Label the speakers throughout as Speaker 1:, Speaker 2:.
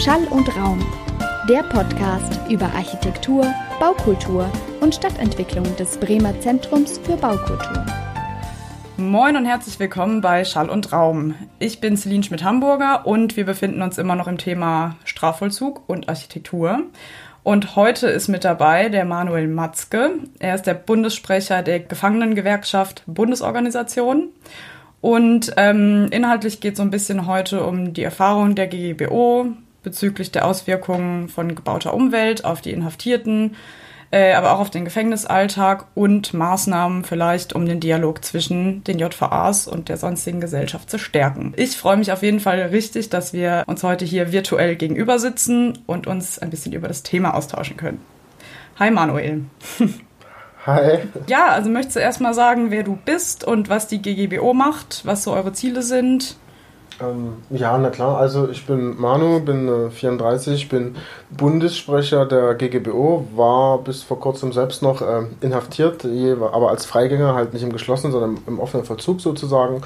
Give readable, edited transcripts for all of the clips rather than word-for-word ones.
Speaker 1: Schall und Raum, der Podcast über Architektur, Baukultur und Stadtentwicklung des Bremer Zentrums für Baukultur.
Speaker 2: Moin und herzlich willkommen bei Schall und Raum. Ich bin Celine Schmidt-Hamburger und wir befinden uns immer noch im Thema Strafvollzug und Architektur. Und heute ist mit dabei der Manuel Matzke. Er ist der Bundessprecher der Gefangenengewerkschaft Bundesorganisation. Und inhaltlich geht es so ein bisschen heute um die Erfahrung der GGBO bezüglich der Auswirkungen von gebauter Umwelt auf die Inhaftierten, aber auch auf den Gefängnisalltag und Maßnahmen vielleicht, um den Dialog zwischen den JVAs und der sonstigen Gesellschaft zu stärken. Ich freue mich auf jeden Fall richtig, dass wir uns heute hier virtuell gegenüber sitzen und uns ein bisschen über das Thema austauschen können. Hi Manuel.
Speaker 3: Hi.
Speaker 2: Ja, also möchtest du erst mal sagen, wer du bist und was die GGBO macht, was so eure Ziele sind?
Speaker 3: Ja, na klar. Also ich bin Manu, bin 34, bin Bundessprecher der GGBO, war bis vor kurzem selbst noch inhaftiert, aber als Freigänger, halt nicht im geschlossenen, sondern im offenen Vollzug sozusagen.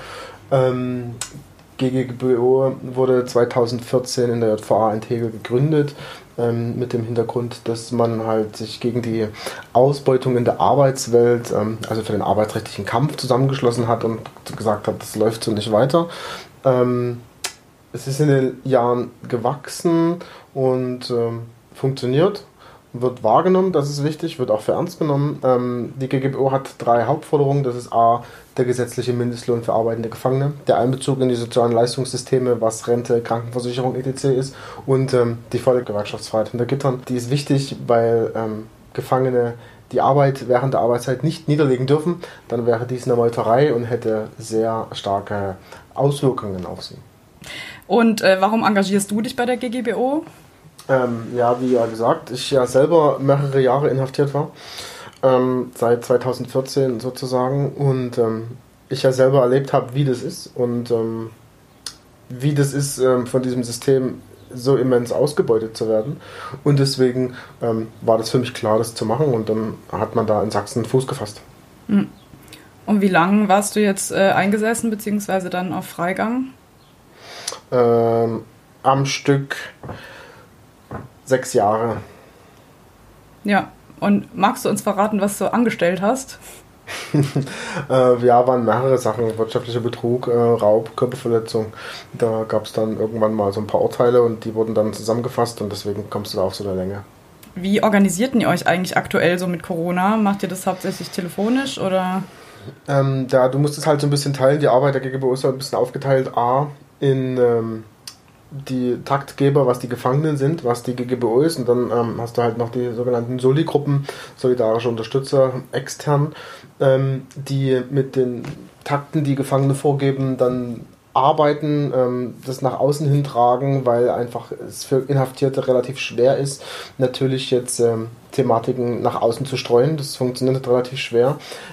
Speaker 3: GGBO wurde 2014 in der JVA in Tegel gegründet, mit dem Hintergrund, dass man halt sich gegen die Ausbeutung in der Arbeitswelt, also für den arbeitsrechtlichen Kampf zusammengeschlossen hat und gesagt hat, das läuft so nicht weiter. Es ist in den Jahren gewachsen und funktioniert, wird wahrgenommen, das ist wichtig, wird auch für ernst genommen. Die GGBO hat 3 Hauptforderungen, das ist A, der gesetzliche Mindestlohn für arbeitende Gefangene, der Einbezug in die sozialen Leistungssysteme, was Rente, Krankenversicherung etc. ist und die volle Gewerkschaftsfreiheit hinter Gittern. Die ist wichtig, weil Gefangene die Arbeit während der Arbeitszeit nicht niederlegen dürfen, dann wäre dies eine Meuterei und hätte sehr starke Auswirkungen auf sie.
Speaker 2: Und warum engagierst du dich bei der GGBO?
Speaker 3: Ja, wie ja gesagt, ich ja selber mehrere Jahre inhaftiert war, seit 2014 sozusagen, und ich ja selber erlebt habe, wie das ist und wie das ist, von diesem System so immens ausgebeutet zu werden, und deswegen war das für mich klar, das zu machen, und dann hat man da in Sachsen Fuß gefasst.
Speaker 2: Und wie lange warst du jetzt eingesessen, beziehungsweise dann auf Freigang?
Speaker 3: Am Stück 6 Jahre.
Speaker 2: Ja, und magst du uns verraten, was du angestellt hast?
Speaker 3: Ja, waren mehrere Sachen. Wirtschaftlicher Betrug, Raub, Körperverletzung. Da gab es dann irgendwann mal so ein paar Urteile und die wurden dann zusammengefasst, und deswegen kommst du da auf so eine Länge.
Speaker 2: Wie organisierten ihr euch eigentlich aktuell so mit Corona? Macht ihr das hauptsächlich telefonisch oder?
Speaker 3: Ja, du musst es halt so ein bisschen teilen. Die Arbeit der GGBO ist halt ein bisschen aufgeteilt. A, in die Taktgeber, was die Gefangenen sind, was die GGBO ist, und dann hast du halt noch die sogenannten Soli-Gruppen, solidarische Unterstützer, extern, die mit den Takten, die Gefangene vorgeben, dann arbeiten, das nach außen hin tragen, weil einfach es für Inhaftierte relativ schwer ist, natürlich jetzt Thematiken nach außen zu streuen. Das funktioniert relativ schwer.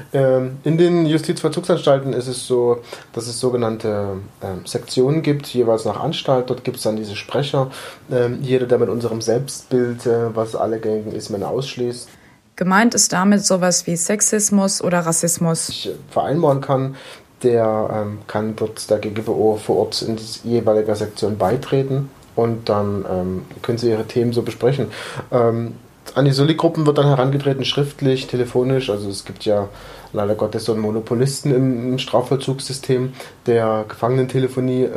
Speaker 3: In den Justizvollzugsanstalten ist es so, dass es sogenannte Sektionen gibt, jeweils nach Anstalt. Dort gibt es dann diese Sprecher. Jeder, der mit unserem Selbstbild, was alle gängigen Ismen ausschließt,
Speaker 2: gemeint ist damit sowas wie Sexismus oder Rassismus,
Speaker 3: vereinbaren kann, der kann dort der GGBO vor Ort in die jeweilige Sektion beitreten, und dann können sie ihre Themen so besprechen. An die Soli-Gruppen wird dann herangetreten, schriftlich, telefonisch. Also es gibt ja leider Gottes so einen Monopolisten im Strafvollzugssystem, der Gefangenentelefonie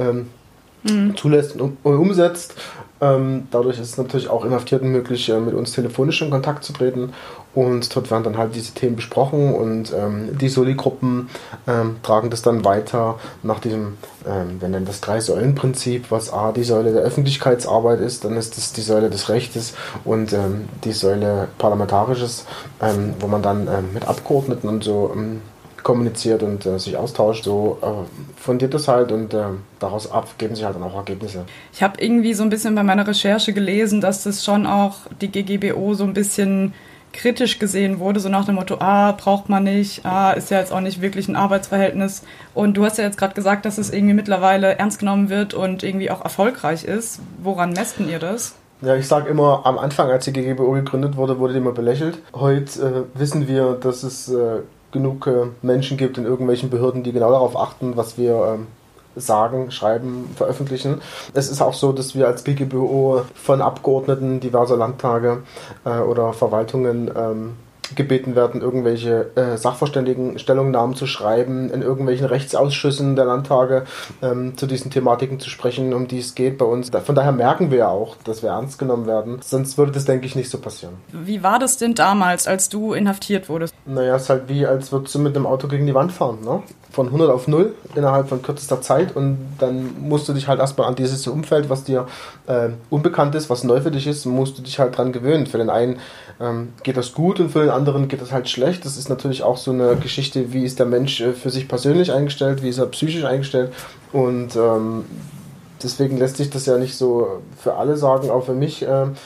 Speaker 3: zulässt und umsetzt. Dadurch ist es natürlich auch Inhaftierten möglich, mit uns telefonisch in Kontakt zu treten, und dort werden dann halt diese Themen besprochen, und die Soli-Gruppen tragen das dann weiter nach diesem, wir nennen das 3-Säulen-Prinzip, was A, die Säule der Öffentlichkeitsarbeit ist, dann ist es die Säule des Rechtes und die Säule Parlamentarisches, wo man dann mit Abgeordneten und so kommuniziert und sich austauscht, so fundiert das halt, und daraus geben sich halt dann auch Ergebnisse.
Speaker 2: Ich habe irgendwie so ein bisschen bei meiner Recherche gelesen, dass das schon auch die GGBO so ein bisschen kritisch gesehen wurde, so nach dem Motto, braucht man nicht, ist ja jetzt auch nicht wirklich ein Arbeitsverhältnis. Und du hast ja jetzt gerade gesagt, dass es irgendwie mittlerweile ernst genommen wird und irgendwie auch erfolgreich ist. Woran messt denn ihr das?
Speaker 3: Ja, ich sage immer, am Anfang, als die GGBO gegründet wurde die immer belächelt. Heute wissen wir, dass es genug Menschen gibt in irgendwelchen Behörden, die genau darauf achten, was wir sagen, schreiben, veröffentlichen. Es ist auch so, dass wir als GGBO von Abgeordneten diverser Landtage oder Verwaltungen gebeten werden, irgendwelche Sachverständigenstellungnahmen zu schreiben, in irgendwelchen Rechtsausschüssen der Landtage zu diesen Thematiken zu sprechen, um die es geht bei uns. Von daher merken wir ja auch, dass wir ernst genommen werden. Sonst würde das, denke ich, nicht so passieren.
Speaker 2: Wie war das denn damals, als du inhaftiert wurdest?
Speaker 3: Naja, es ist halt wie, als würdest du mit einem Auto gegen die Wand fahren, ne? Von 100 auf 0 innerhalb von kürzester Zeit, und dann musst du dich halt erstmal an dieses Umfeld, was dir unbekannt ist, was neu für dich ist, musst du dich halt dran gewöhnen. Für den einen geht das gut und für den anderen geht das halt schlecht. Das ist natürlich auch so eine Geschichte, wie ist der Mensch für sich persönlich eingestellt, wie ist er psychisch eingestellt, und deswegen lässt sich das ja nicht so für alle sagen, auch für mich.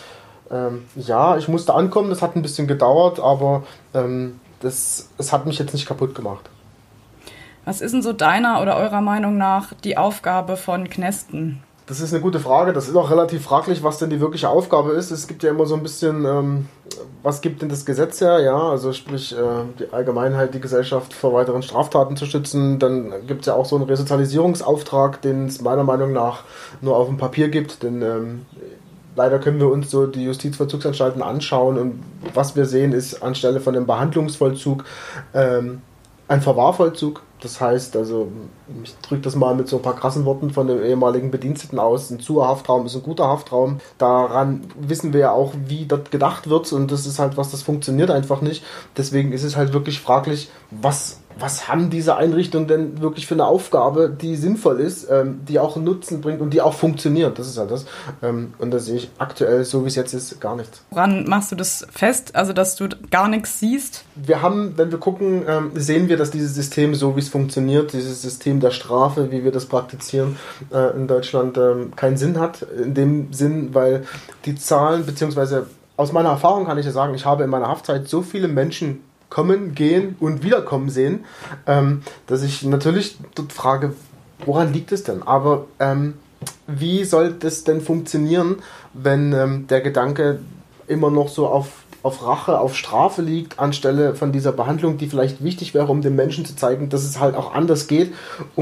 Speaker 3: Ja, ich musste ankommen, das hat ein bisschen gedauert, aber es hat mich jetzt nicht kaputt gemacht.
Speaker 2: Was ist denn so deiner oder eurer Meinung nach die Aufgabe von Knästen?
Speaker 3: Das ist eine gute Frage. Das ist auch relativ fraglich, was denn die wirkliche Aufgabe ist. Es gibt ja immer so ein bisschen, was gibt denn das Gesetz her? Ja, also sprich, die Allgemeinheit, die Gesellschaft vor weiteren Straftaten zu schützen. Dann gibt es ja auch so einen Resozialisierungsauftrag, den es meiner Meinung nach nur auf dem Papier gibt. Denn leider können wir uns so die Justizvollzugsanstalten anschauen, und was wir sehen, ist anstelle von dem Behandlungsvollzug ein Verwahrvollzug. Das heißt, also ich drücke das mal mit so ein paar krassen Worten von dem ehemaligen Bediensteten aus, ein Zur-Haftraum ist ein guter Haftraum. Daran wissen wir ja auch, wie dort gedacht wird, und das ist halt was, das funktioniert einfach nicht. Deswegen ist es halt wirklich fraglich, was haben diese Einrichtungen denn wirklich für eine Aufgabe, die sinnvoll ist, die auch einen Nutzen bringt und die auch funktioniert. Das ist halt das. Und da sehe ich aktuell, so wie es jetzt ist, gar nichts.
Speaker 2: Woran machst du das fest, also dass du gar nichts siehst?
Speaker 3: Wir haben, wenn wir gucken, sehen wir, dass dieses System, so wie es funktioniert, dieses System der Strafe, wie wir das praktizieren, in Deutschland keinen Sinn hat. In dem Sinn, weil die Zahlen, beziehungsweise aus meiner Erfahrung kann ich ja sagen, ich habe in meiner Haftzeit so viele Menschen kommen, gehen und wiederkommen sehen, dass ich natürlich dort frage, woran liegt es denn? Aber wie soll das denn funktionieren, wenn der Gedanke immer noch so auf Rache, auf Strafe liegt, anstelle von dieser Behandlung, die vielleicht wichtig wäre, um dem Menschen zu zeigen, dass es halt auch anders geht,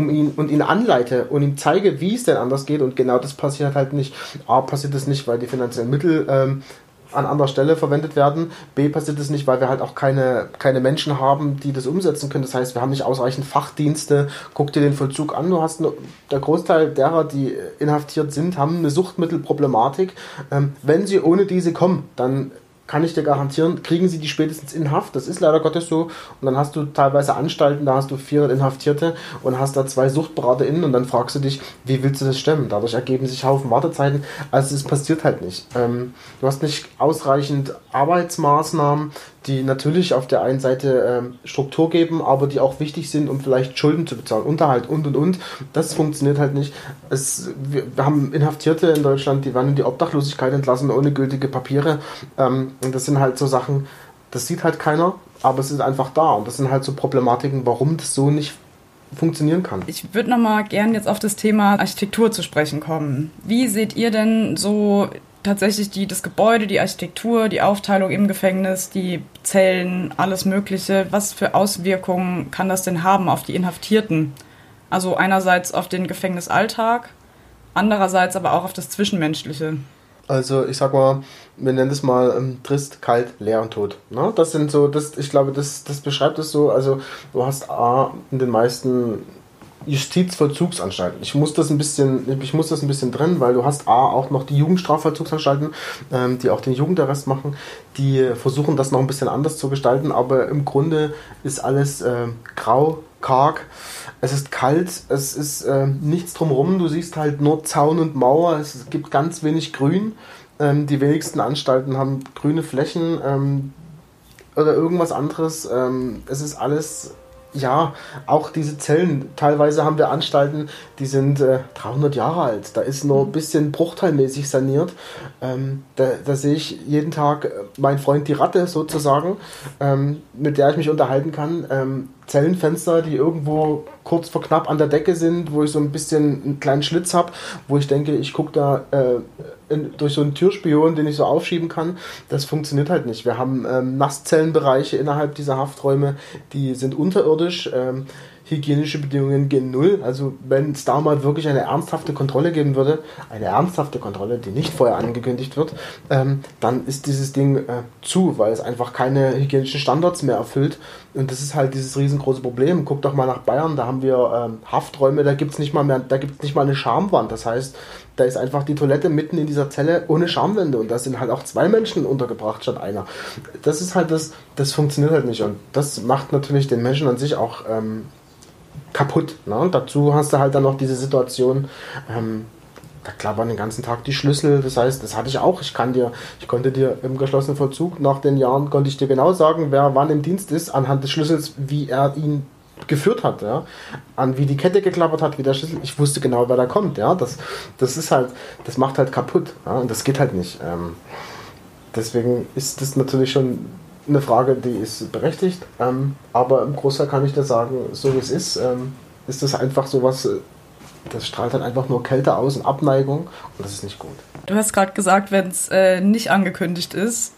Speaker 3: ihn anleite und ihm zeige, wie es denn anders geht, und genau das passiert halt nicht. A, passiert das nicht, weil die finanziellen Mittel an anderer Stelle verwendet werden. B, passiert es nicht, weil wir halt auch keine Menschen haben, die das umsetzen können. Das heißt, wir haben nicht ausreichend Fachdienste. Guck dir den Vollzug an. Der Großteil derer, die inhaftiert sind, haben eine Suchtmittelproblematik. Wenn sie ohne diese kommen, dann kann ich dir garantieren, kriegen sie die spätestens in Haft. Das ist leider Gottes so. Und dann hast du teilweise Anstalten, da hast du 400 Inhaftierte und hast da 2 SuchtberaterInnen, und dann fragst du dich, wie willst du das stemmen? Dadurch ergeben sich Haufen Wartezeiten. Also es passiert halt nicht. Du hast nicht ausreichend Arbeitsmaßnahmen, die natürlich auf der einen Seite Struktur geben, aber die auch wichtig sind, um vielleicht Schulden zu bezahlen, Unterhalt und. Das funktioniert halt nicht. Wir haben Inhaftierte in Deutschland, die werden in die Obdachlosigkeit entlassen, ohne gültige Papiere. Und das sind halt so Sachen, das sieht halt keiner, aber es ist einfach da. Und das sind halt so Problematiken, warum das so nicht funktionieren kann.
Speaker 2: Ich würde nochmal gern jetzt auf das Thema Architektur zu sprechen kommen. Wie seht ihr denn so tatsächlich das Gebäude, die Architektur, die Aufteilung im Gefängnis, die Zellen, alles Mögliche? Was für Auswirkungen kann das denn haben auf die Inhaftierten? Also einerseits auf den Gefängnisalltag, andererseits aber auch auf das Zwischenmenschliche.
Speaker 3: Also ich sag mal, wir nennen das mal trist, kalt, leer und tot. Ne? Das sind so, ich glaube, das beschreibt es so. Also du hast in den meisten Justizvollzugsanstalten. Ich muss das ein bisschen trennen, weil du hast auch noch die Jugendstrafvollzugsanstalten, die auch den Jugendarrest machen, die versuchen das noch ein bisschen anders zu gestalten, aber im Grunde ist alles grau, karg, es ist kalt, es ist nichts drumherum, du siehst halt nur Zaun und Mauer, es gibt ganz wenig Grün, die wenigsten Anstalten haben grüne Flächen oder irgendwas anderes, es ist alles. Ja, auch diese Zellen, teilweise haben wir Anstalten, die sind 300 Jahre alt, da ist nur ein bisschen bruchteilmäßig saniert, da sehe ich jeden Tag meinen Freund die Ratte sozusagen, mit der ich mich unterhalten kann, Zellenfenster, die irgendwo kurz vor knapp an der Decke sind, wo ich so ein bisschen einen kleinen Schlitz habe, wo ich denke, ich gucke da durch so einen Türspion, den ich so aufschieben kann. Das funktioniert halt nicht. Wir haben Nasszellenbereiche innerhalb dieser Hafträume, die sind unterirdisch. hygienische Bedingungen gehen null. Also wenn es da mal wirklich eine ernsthafte Kontrolle geben würde, eine ernsthafte Kontrolle, die nicht vorher angekündigt wird, dann ist dieses Ding zu, weil es einfach keine hygienischen Standards mehr erfüllt. Und das ist halt dieses riesengroße Problem. Guck doch mal nach Bayern, da haben wir Hafträume, da gibt es nicht mal eine Schamwand. Das heißt, da ist einfach die Toilette mitten in dieser Zelle ohne Schamwände und da sind halt auch 2 Menschen untergebracht statt einer. Das ist halt das funktioniert halt nicht und das macht natürlich den Menschen an sich auch kaputt. Ne? Und dazu hast du halt dann noch diese Situation, da klappern den ganzen Tag die Schlüssel, das heißt, das hatte ich auch. Ich konnte dir im geschlossenen Vollzug nach den Jahren, konnte ich dir genau sagen, wer wann im Dienst ist, anhand des Schlüssels, wie er ihn geführt hat, ja, an wie die Kette geklappert hat, wie der Schlüssel, ich wusste genau, wer da kommt, ja, das ist halt, das macht halt kaputt, ja, und das geht halt nicht. Deswegen ist das natürlich schon eine Frage, die ist berechtigt, aber im Großteil kann ich dir sagen, so wie es ist das einfach sowas, das strahlt halt einfach nur Kälte aus und Abneigung und das ist nicht gut.
Speaker 2: Du hast gerade gesagt, wenn es nicht angekündigt ist,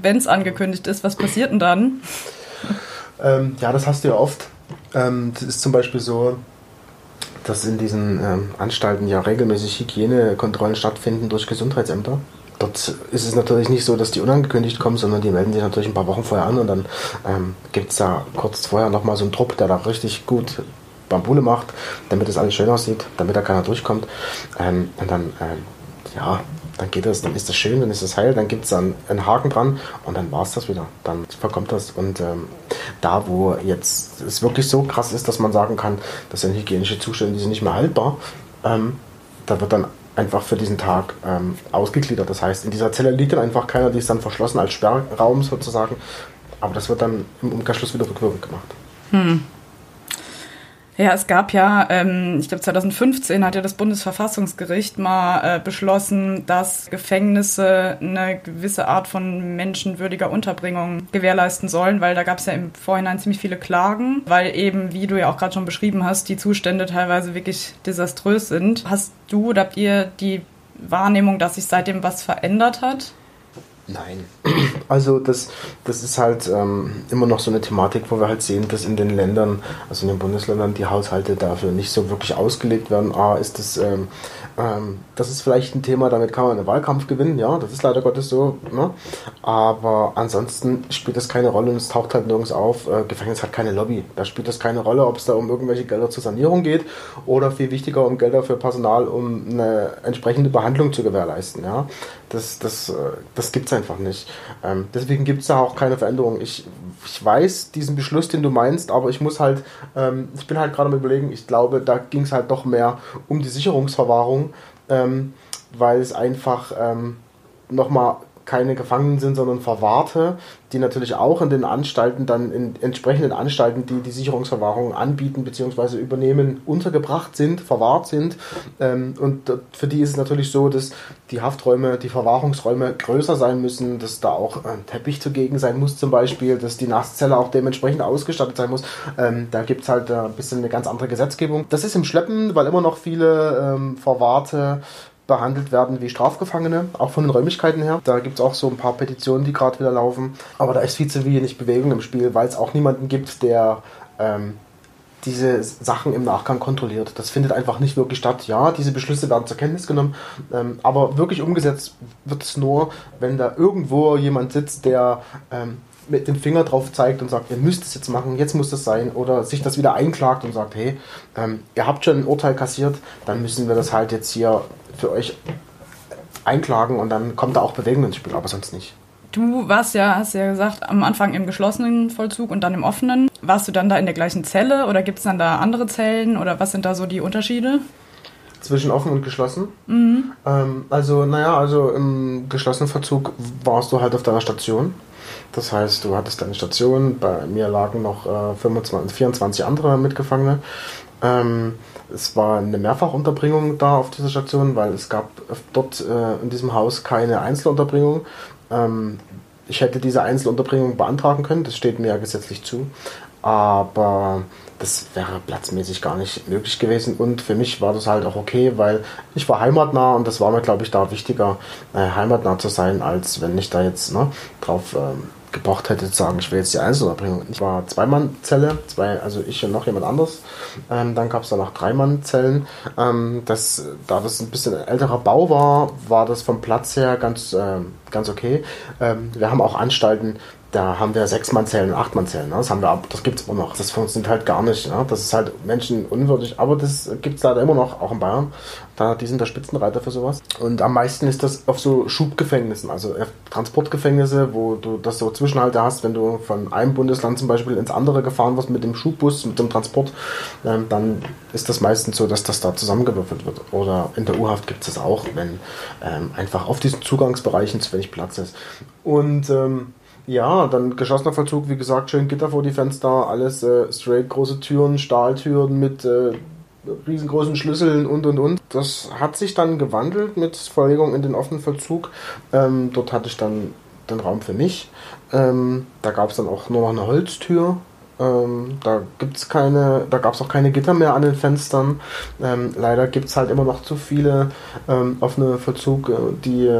Speaker 2: was passiert denn dann?
Speaker 3: Ja, das hast du ja oft. Das ist zum Beispiel so, dass in diesen Anstalten ja regelmäßig Hygienekontrollen stattfinden durch Gesundheitsämter. Dort ist es natürlich nicht so, dass die unangekündigt kommen, sondern die melden sich natürlich ein paar Wochen vorher an und dann gibt es da kurz vorher nochmal so einen Trupp, der da richtig gut Bambule macht, damit das alles schön aussieht, damit da keiner durchkommt. Und dann, dann geht das, dann ist das schön, dann ist das heil, dann gibt es dann einen Haken dran und dann war es das wieder. Dann verkommt das. Und da, wo jetzt es wirklich so krass ist, dass man sagen kann, das sind hygienische Zustände, die sind nicht mehr haltbar, da wird dann einfach für diesen Tag ausgegliedert. Das heißt, in dieser Zelle liegt dann einfach keiner, die ist dann verschlossen als Sperrraum sozusagen. Aber das wird dann im Umkehrschluss wieder rückwirkend gemacht.
Speaker 2: Ja, es gab ja, ich glaube 2015 hat ja das Bundesverfassungsgericht mal beschlossen, dass Gefängnisse eine gewisse Art von menschenwürdiger Unterbringung gewährleisten sollen, weil da gab es ja im Vorhinein ziemlich viele Klagen, weil eben, wie du ja auch gerade schon beschrieben hast, die Zustände teilweise wirklich desaströs sind. Hast du oder habt ihr die Wahrnehmung, dass sich seitdem was verändert hat?
Speaker 3: Nein. Also das ist halt immer noch so eine Thematik, wo wir halt sehen, dass in den Ländern, also in den Bundesländern, die Haushalte dafür nicht so wirklich ausgelegt werden. Das ist vielleicht ein Thema, damit kann man einen Wahlkampf gewinnen, ja, das ist leider Gottes so, ne? Aber ansonsten spielt das keine Rolle und es taucht halt nirgends auf. Gefängnis hat keine Lobby, da spielt das keine Rolle, ob es da um irgendwelche Gelder zur Sanierung geht oder viel wichtiger um Gelder für Personal, um eine entsprechende Behandlung zu gewährleisten, ja. Das gibt es einfach nicht. Deswegen gibt es da auch keine Veränderung. Ich weiß diesen Beschluss, den du meinst, aber ich bin halt gerade am Überlegen, ich glaube, da ging es halt doch mehr um die Sicherungsverwahrung, weil es einfach nochmal keine Gefangenen sind, sondern Verwahrte, die natürlich auch in den Anstalten, dann in entsprechenden Anstalten, die die Sicherungsverwahrung anbieten bzw. übernehmen, untergebracht sind, verwahrt sind. Und für die ist es natürlich so, dass die Hafträume, die Verwahrungsräume größer sein müssen, dass da auch ein Teppich zugegen sein muss zum Beispiel, dass die Nasszelle auch dementsprechend ausgestattet sein muss. Da gibt es halt ein bisschen eine ganz andere Gesetzgebung. Das ist im Schleppen, weil immer noch viele Verwahrte behandelt werden wie Strafgefangene, auch von den Räumlichkeiten her. Da gibt es auch so ein paar Petitionen, die gerade wieder laufen. Aber da ist viel zu wenig Bewegung im Spiel, weil es auch niemanden gibt, der diese Sachen im Nachgang kontrolliert. Das findet einfach nicht wirklich statt. Ja, diese Beschlüsse werden zur Kenntnis genommen, aber wirklich umgesetzt wird es nur, wenn da irgendwo jemand sitzt, der mit dem Finger drauf zeigt und sagt, ihr müsst es jetzt machen, jetzt muss das sein, oder sich das wieder einklagt und sagt, hey, ihr habt schon ein Urteil kassiert, dann müssen wir das halt jetzt hier für euch einklagen und dann kommt da auch Bewegung ins Spiel, aber sonst nicht.
Speaker 2: Du hast ja gesagt, am Anfang im geschlossenen Vollzug und dann im offenen. Warst du dann da in der gleichen Zelle oder gibt es dann da andere Zellen oder was sind da so die Unterschiede?
Speaker 3: Zwischen offen und geschlossen? Also im geschlossenen Vollzug warst du halt auf deiner Station. Das heißt, du hattest deine Station, bei mir lagen noch 24 andere Mitgefangene. Es war eine Mehrfachunterbringung da auf dieser Station, weil es gab dort in diesem Haus keine Einzelunterbringung. Ich hätte diese Einzelunterbringung beantragen können, das steht mir ja gesetzlich zu, aber das wäre platzmäßig gar nicht möglich gewesen und für mich war das halt auch okay, weil ich war heimatnah und das war mir, glaube ich, da wichtiger, heimatnah zu sein, als wenn ich da jetzt drauf gebraucht hätte zu sagen, ich will jetzt die Einzelunterbringung. Ich war Zweimannzelle, also ich und noch jemand anderes. Dann gab es danach Dreimannzellen. Da das ein bisschen ein älterer Bau war das vom Platz her ganz okay. Wir haben auch Anstalten, da haben wir 6-Mann-Zellen und 8-Mann-Zellen. Ne? Das gibt es immer noch. Das funktioniert halt gar nicht. Ne? Das ist halt menschenunwürdig. Aber das gibt es leider immer noch, auch in Bayern. Die sind der Spitzenreiter für sowas. Und am meisten ist das auf so Schubgefängnissen, also Transportgefängnisse, wo du das so Zwischenhalte hast, wenn du von einem Bundesland zum Beispiel ins andere gefahren wirst mit dem Schubbus, mit dem Transport, dann ist das meistens so, dass das da zusammengewürfelt wird. Oder in der U-Haft gibt es das auch, wenn einfach auf diesen Zugangsbereichen zu wenig Platz ist. Und ja, dann geschlossener Vollzug, wie gesagt, schön Gitter vor die Fenster, alles straight, große Türen, Stahltüren mit riesengroßen Schlüsseln und. Das hat sich dann gewandelt mit Verlegung in den offenen Vollzug. Dort hatte ich dann den Raum für mich. Da gab es dann auch nur noch eine Holztür. Da gab es auch keine Gitter mehr an den Fenstern. Leider gibt es halt immer noch zu viele offene Vollzug, die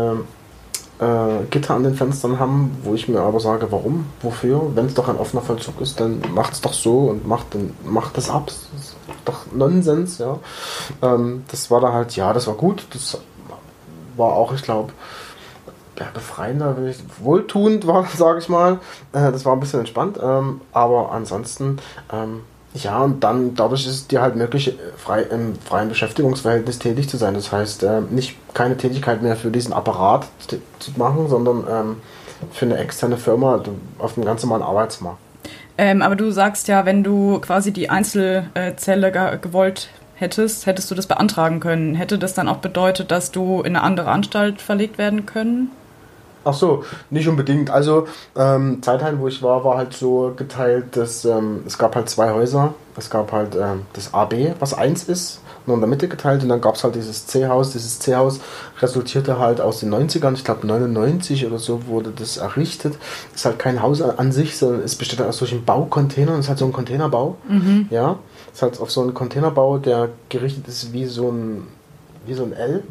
Speaker 3: Gitter an den Fenstern haben, wo ich mir aber sage, warum, wofür, wenn es doch ein offener Vollzug ist, dann macht es doch so und macht das ab. Das ist doch Nonsens, ja. Das war da halt, ja, das war gut, das war auch, ich glaube, befreiender, wohltuend war, sage ich mal. Das war ein bisschen entspannt, aber ansonsten ja, und dann dadurch ist es dir halt möglich, im freien Beschäftigungsverhältnis tätig zu sein. Das heißt, keine Tätigkeit mehr für diesen Apparat zu machen, sondern für eine externe Firma auf einem ganz normalen Arbeitsmarkt.
Speaker 2: Aber du sagst ja, wenn du quasi die Einzelzelle gewollt hättest du das beantragen können. Hätte das dann auch bedeutet, dass du in eine andere Anstalt verlegt werden können?
Speaker 3: Ach so, nicht unbedingt. Also Zeitheim, wo ich war halt so geteilt, dass es gab halt 2 Häuser. Es gab halt das AB, was 1 ist, nur in der Mitte geteilt, und dann gab es halt dieses C-Haus. Dieses C-Haus resultierte halt aus den 90ern, ich glaube 99 oder so wurde das errichtet. Ist halt kein Haus an sich, sondern es besteht aus solchen Baucontainern. Es ist halt so ein Containerbau. Mhm. Ja, es ist halt auf so einen Containerbau, der gerichtet ist wie so ein L.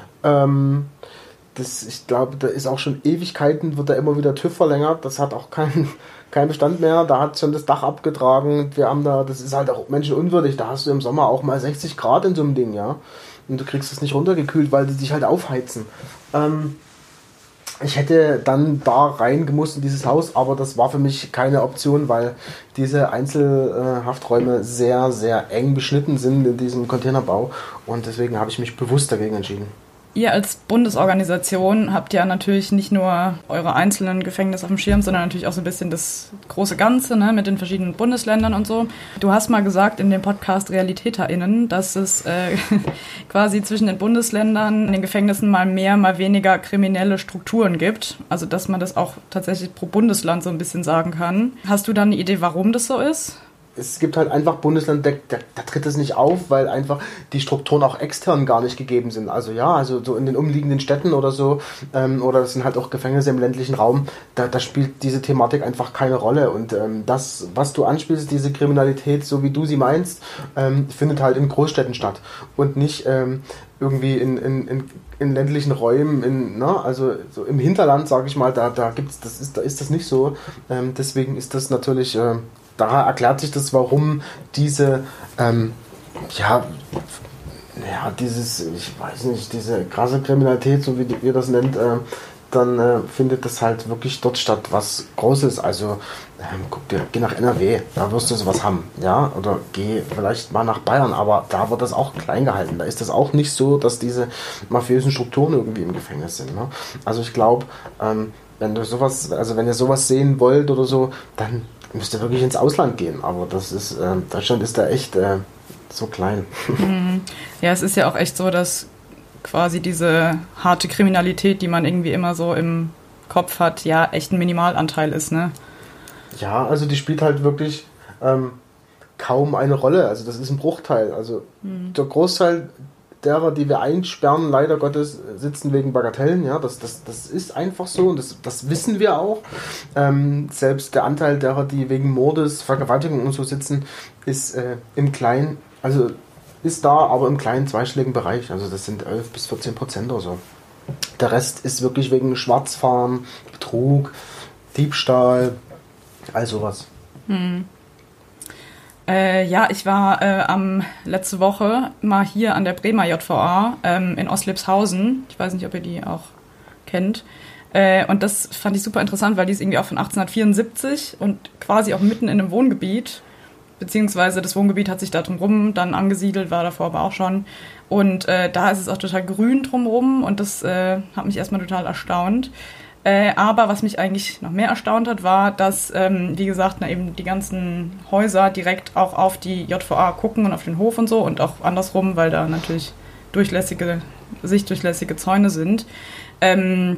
Speaker 3: Ich glaube, da ist auch schon Ewigkeiten, wird da immer wieder TÜV verlängert. Das hat auch keinen Bestand mehr. Da hat schon das Dach abgetragen. Das ist halt auch menschenunwürdig. Da hast du im Sommer auch mal 60 Grad in so einem Ding, ja. Und du kriegst es nicht runtergekühlt, weil die sich halt aufheizen. Ich hätte dann da reingemusst in dieses Haus, aber das war für mich keine Option, weil diese Einzelhafträume sehr, sehr eng beschnitten sind in diesem Containerbau. Und deswegen habe ich mich bewusst dagegen entschieden.
Speaker 2: Ihr als Bundesorganisation habt ja natürlich nicht nur eure einzelnen Gefängnisse auf dem Schirm, sondern natürlich auch so ein bisschen das große Ganze, ne, mit den verschiedenen Bundesländern und so. Du hast mal gesagt in dem Podcast RealitäterInnen, dass es quasi zwischen den Bundesländern in den Gefängnissen mal mehr, mal weniger kriminelle Strukturen gibt. Also dass man das auch tatsächlich pro Bundesland so ein bisschen sagen kann. Hast du da eine Idee, warum das so ist?
Speaker 3: Es gibt halt einfach Bundesländer, da tritt es nicht auf, weil einfach die Strukturen auch extern gar nicht gegeben sind. Also ja, also so in den umliegenden Städten oder so, oder es sind halt auch Gefängnisse im ländlichen Raum, da spielt diese Thematik einfach keine Rolle. Und das, was du anspielst, diese Kriminalität, so wie du sie meinst, findet halt in Großstädten statt und nicht irgendwie in ländlichen Räumen, also so im Hinterland, sage ich mal, da ist das nicht so. Deswegen ist das natürlich... Da erklärt sich das, warum diese, diese krasse Kriminalität, so wie ihr das nennt, dann findet das halt wirklich dort statt, was Großes. Also geh nach NRW, da wirst du sowas haben, ja, oder geh vielleicht mal nach Bayern, aber da wird das auch klein gehalten. Da ist das auch nicht so, dass diese mafiösen Strukturen irgendwie im Gefängnis sind. Ne? Also ich glaube, wenn ihr sowas sehen wollt oder so, dann müsst ihr wirklich ins Ausland gehen. Aber das ist, Deutschland ist da echt so klein.
Speaker 2: Ja, es ist ja auch echt so, dass quasi diese harte Kriminalität, die man irgendwie immer so im Kopf hat, ja echt ein Minimalanteil ist, ne?
Speaker 3: Ja, also die spielt halt wirklich kaum eine Rolle. Also das ist ein Bruchteil. Also der Großteil derer, die wir einsperren, leider Gottes, sitzen wegen Bagatellen. Ja, das ist einfach so und das wissen wir auch. Selbst der Anteil derer, die wegen Mordes, Vergewaltigung und so sitzen, ist im kleinen, also ist da, aber im kleinen zweistelligen Bereich. Also das sind 11-14% oder so. Der Rest ist wirklich wegen Schwarzfahren, Betrug, Diebstahl, all sowas.
Speaker 2: Ja, ich war letzte Woche mal hier an der Bremer JVA in Ostlibshausen. Ich weiß nicht, ob ihr die auch kennt. Und das fand ich super interessant, weil die ist irgendwie auch von 1874 und quasi auch mitten in einem Wohngebiet. Beziehungsweise das Wohngebiet hat sich da drumherum dann angesiedelt, war davor aber auch schon. Und da ist es auch total grün drumherum und das hat mich erstmal total erstaunt. Aber was mich eigentlich noch mehr erstaunt hat, war, dass, wie gesagt, eben die ganzen Häuser direkt auch auf die JVA gucken und auf den Hof und so und auch andersrum, weil da natürlich sichtdurchlässige Zäune sind. Wenn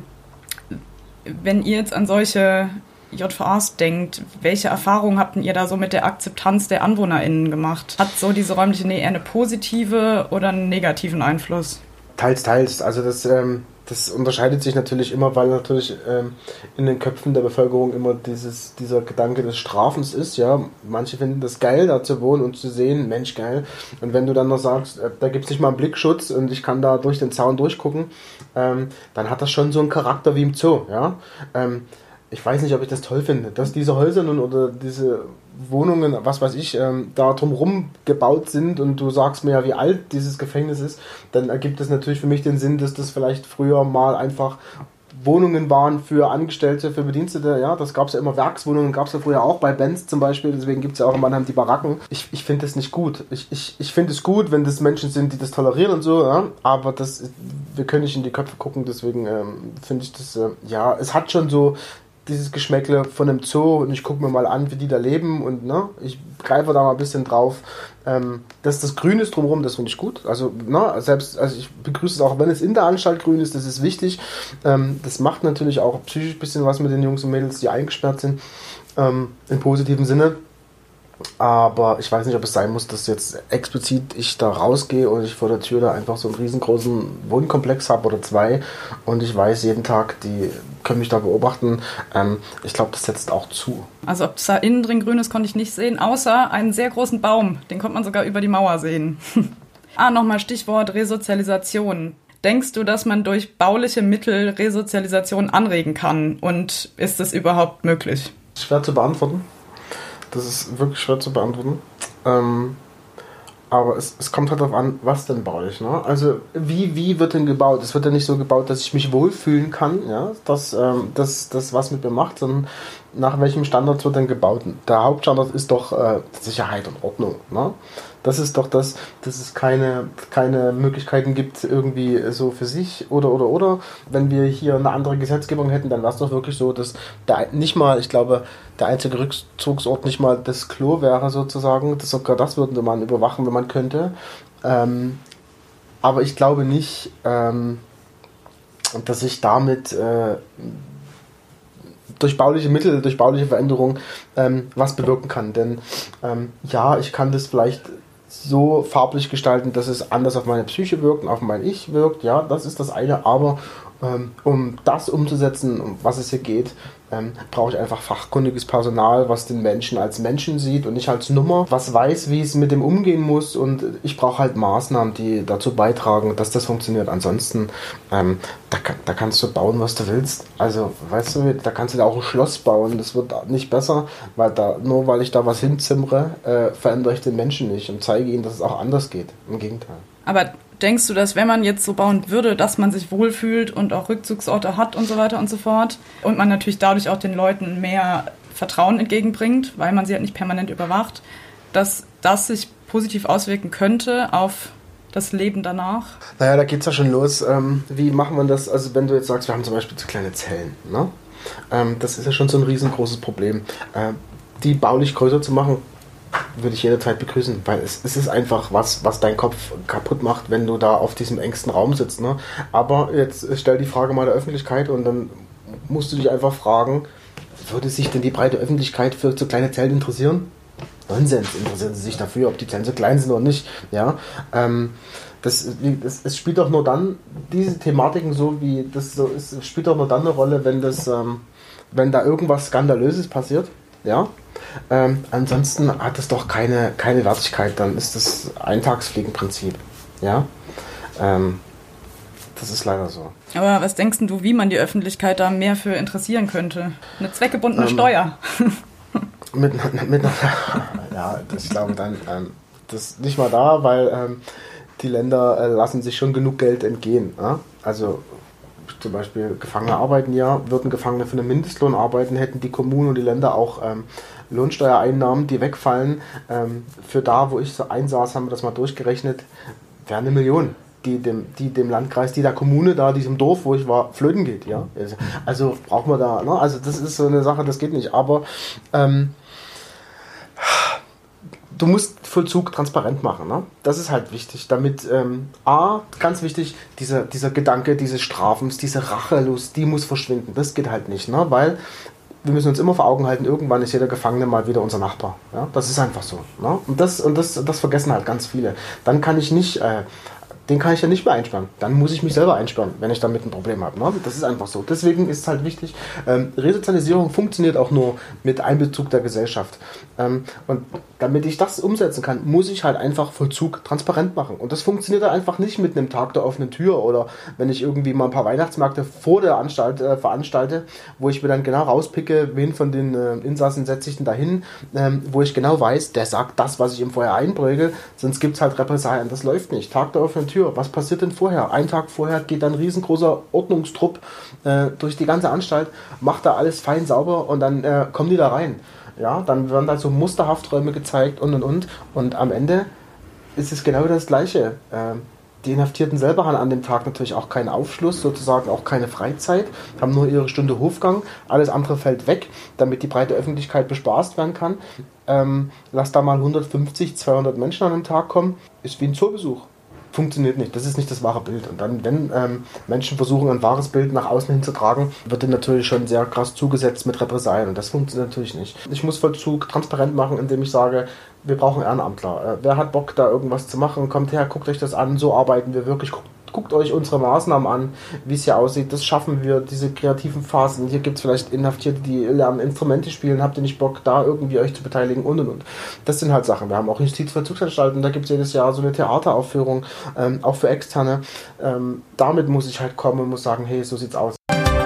Speaker 2: ihr jetzt an solche JVAs denkt, welche Erfahrungen habt ihr da so mit der Akzeptanz der AnwohnerInnen gemacht? Hat so diese räumliche Nähe eher eine positive oder einen negativen Einfluss?
Speaker 3: Teils. Also das unterscheidet sich natürlich immer, weil natürlich in den Köpfen der Bevölkerung immer dieser Gedanke des Strafens ist. Ja, manche finden das geil, da zu wohnen und zu sehen, Mensch, geil. Und wenn du dann noch sagst, da gibt es nicht mal einen Blickschutz und ich kann da durch den Zaun durchgucken, dann hat das schon so einen Charakter wie im Zoo. Ja. Ich weiß nicht, ob ich das toll finde, dass diese Häuser nun oder diese Wohnungen, was weiß ich, da drumherum gebaut sind und du sagst mir ja, wie alt dieses Gefängnis ist, dann ergibt es natürlich für mich den Sinn, dass das vielleicht früher mal einfach Wohnungen waren für Angestellte, für Bedienstete. Ja, das gab es ja immer, Werkswohnungen gab es ja früher auch, bei Benz zum Beispiel, deswegen gibt es ja auch in Mannheim die Baracken. Ich finde das nicht gut. Ich finde es gut, wenn das Menschen sind, die das tolerieren und so, ja, aber wir können nicht in die Köpfe gucken, deswegen finde ich das, ja, es hat schon so dieses Geschmäckle von einem Zoo und ich gucke mir mal an, wie die da leben und ich greife da mal ein bisschen drauf. Dass das Grün ist drumherum, das finde ich gut. Also, also ich begrüße es auch, wenn es in der Anstalt grün ist, das ist wichtig. Das macht natürlich auch psychisch ein bisschen was mit den Jungs und Mädels, die eingesperrt sind, im positiven Sinne. Aber ich weiß nicht, ob es sein muss, dass jetzt explizit ich da rausgehe und ich vor der Tür da einfach so einen riesengroßen Wohnkomplex habe oder zwei und ich weiß jeden Tag, die können mich da beobachten. Ich glaube, das setzt auch zu.
Speaker 2: Also ob es da innen drin grün ist, konnte ich nicht sehen, außer einen sehr großen Baum. Den konnte man sogar über die Mauer sehen. Nochmal Stichwort Resozialisation. Denkst du, dass man durch bauliche Mittel Resozialisation anregen kann? Und ist das überhaupt möglich?
Speaker 3: Schwer zu beantworten. Das ist wirklich schwer zu beantworten. Aber es kommt halt darauf an, was denn baue ich. Ne? Also wie wird denn gebaut? Es wird ja nicht so gebaut, dass ich mich wohlfühlen kann, ja? Dass das was mit mir macht, sondern nach welchem Standard wird denn gebaut? Der Hauptstandard ist doch Sicherheit und Ordnung. Ne? Das ist doch dass es keine Möglichkeiten gibt, irgendwie so für sich oder. Wenn wir hier eine andere Gesetzgebung hätten, dann wäre es doch wirklich so, dass ich glaube, der einzige Rückzugsort nicht mal das Klo wäre sozusagen. Sogar das würde man überwachen, wenn man könnte. Aber ich glaube nicht, dass ich damit durch bauliche Mittel, durch bauliche Veränderung was bewirken kann. Denn ich kann das vielleicht so farblich gestalten, dass es anders auf meine Psyche wirkt und auf mein Ich wirkt. Ja, das ist das eine. Aber um das umzusetzen, um was es hier geht, brauche ich einfach fachkundiges Personal, was den Menschen als Menschen sieht und nicht als Nummer, was weiß, wie es mit dem umgehen muss, und ich brauche halt Maßnahmen, die dazu beitragen, dass das funktioniert. Ansonsten, da kannst du bauen, was du willst. Also, weißt du, da kannst du da auch ein Schloss bauen, das wird nicht besser, nur weil ich da was hinzimmere, verändere ich den Menschen nicht und zeige ihnen, dass es auch anders geht. Im Gegenteil.
Speaker 2: Aber denkst du, dass wenn man jetzt so bauen würde, dass man sich wohlfühlt und auch Rückzugsorte hat und so weiter und so fort und man natürlich dadurch auch den Leuten mehr Vertrauen entgegenbringt, weil man sie halt nicht permanent überwacht, dass das sich positiv auswirken könnte auf das Leben danach?
Speaker 3: Naja, da geht's ja schon los. Wie machen wir das? Also wenn du jetzt sagst, wir haben zum Beispiel so kleine Zellen, ne? Das ist ja schon so ein riesengroßes Problem. Die baulich größer zu machen, würde ich jederzeit begrüßen, weil es ist einfach was dein Kopf kaputt macht, wenn du da auf diesem engsten Raum sitzt. Ne? Aber jetzt stell die Frage mal der Öffentlichkeit und dann musst du dich einfach fragen, würde sich denn die breite Öffentlichkeit für so kleine Zellen interessieren? Nonsens, interessieren sie sich dafür, ob die Zellen so klein sind oder nicht. Ja? Es spielt doch nur dann, diese Thematiken so wie das so ist, es spielt doch nur dann eine Rolle, wenn da irgendwas Skandalöses passiert. Ja? Ansonsten hat es doch keine Wertigkeit, dann ist das Eintagsfliegenprinzip. Ja? Das ist leider so.
Speaker 2: Aber was denkst du, wie man die Öffentlichkeit da mehr für interessieren könnte? Eine zweckgebundene Steuer?
Speaker 3: Ja, ich glaube dann, das ist nicht mal da, weil die Länder lassen sich schon genug Geld entgehen. Also zum Beispiel Gefangene arbeiten ja, würden Gefangene für einen Mindestlohn arbeiten, hätten die Kommunen und die Länder auch Lohnsteuereinnahmen, die wegfallen. Für da, wo ich so einsaß, haben wir das mal durchgerechnet, wäre 1 Million, die dem Landkreis, die der Kommune da, diesem Dorf, wo ich war, flöten geht. Ja? Also braucht man da, ne? Also das ist so eine Sache, das geht nicht. Aber du musst Vollzug transparent machen. Ne? Das ist halt wichtig, damit ganz wichtig, dieser Gedanke dieses Strafens, diese Rachelust, die muss verschwinden. Das geht halt nicht, ne? Weil wir müssen uns immer vor Augen halten, irgendwann ist jeder Gefangene mal wieder unser Nachbar. Ja? Das ist einfach so. Ne? Und das vergessen halt ganz viele. Dann kann ich nicht... den kann ich ja nicht mehr einsperren. Dann muss ich mich selber einsperren, wenn ich damit ein Problem habe. Ne? Das ist einfach so. Deswegen ist es halt wichtig, Resozialisierung funktioniert auch nur mit Einbezug der Gesellschaft. Und damit ich das umsetzen kann, muss ich halt einfach Vollzug transparent machen. Und das funktioniert halt einfach nicht mit einem Tag der offenen Tür oder wenn ich irgendwie mal ein paar Weihnachtsmärkte vor der Anstalt veranstalte, wo ich mir dann genau rauspicke, wen von den Insassen setze ich denn dahin, wo ich genau weiß, der sagt das, was ich ihm vorher einpräge, sonst gibt es halt Repressalien. Das läuft nicht. Tag der offenen Tür. Was passiert denn vorher? Einen Tag vorher geht dann ein riesengroßer Ordnungstrupp durch die ganze Anstalt, macht da alles fein sauber und dann kommen die da rein. Ja, dann werden da so Musterhafträume gezeigt und. Und am Ende ist es genau das Gleiche. Die Inhaftierten selber haben an dem Tag natürlich auch keinen Aufschluss, sozusagen auch keine Freizeit, haben nur ihre Stunde Hofgang, alles andere fällt weg, damit die breite Öffentlichkeit bespaßt werden kann. Lass da mal 150, 200 Menschen an den Tag kommen, ist wie ein Zoobesuch. Funktioniert nicht, das ist nicht das wahre Bild. Und dann, wenn Menschen versuchen, ein wahres Bild nach außen hin zu tragen, wird denen natürlich schon sehr krass zugesetzt mit Repressalien. Und das funktioniert natürlich nicht. Ich muss Vollzug transparent machen, indem ich sage, wir brauchen Ehrenamtler. Wer hat Bock, da irgendwas zu machen? Kommt her, guckt euch das an, so arbeiten wir wirklich. Guckt euch unsere Maßnahmen an, wie es hier aussieht. Das schaffen wir, diese kreativen Phasen. Hier gibt es vielleicht Inhaftierte, die lernen Instrumente spielen. Habt ihr nicht Bock, da irgendwie euch zu beteiligen und. Das sind halt Sachen. Wir haben auch Justizvollzugsanstalten, da gibt es jedes Jahr so eine Theateraufführung, auch für Externe. Damit muss ich halt kommen und muss sagen, hey, so sieht's aus.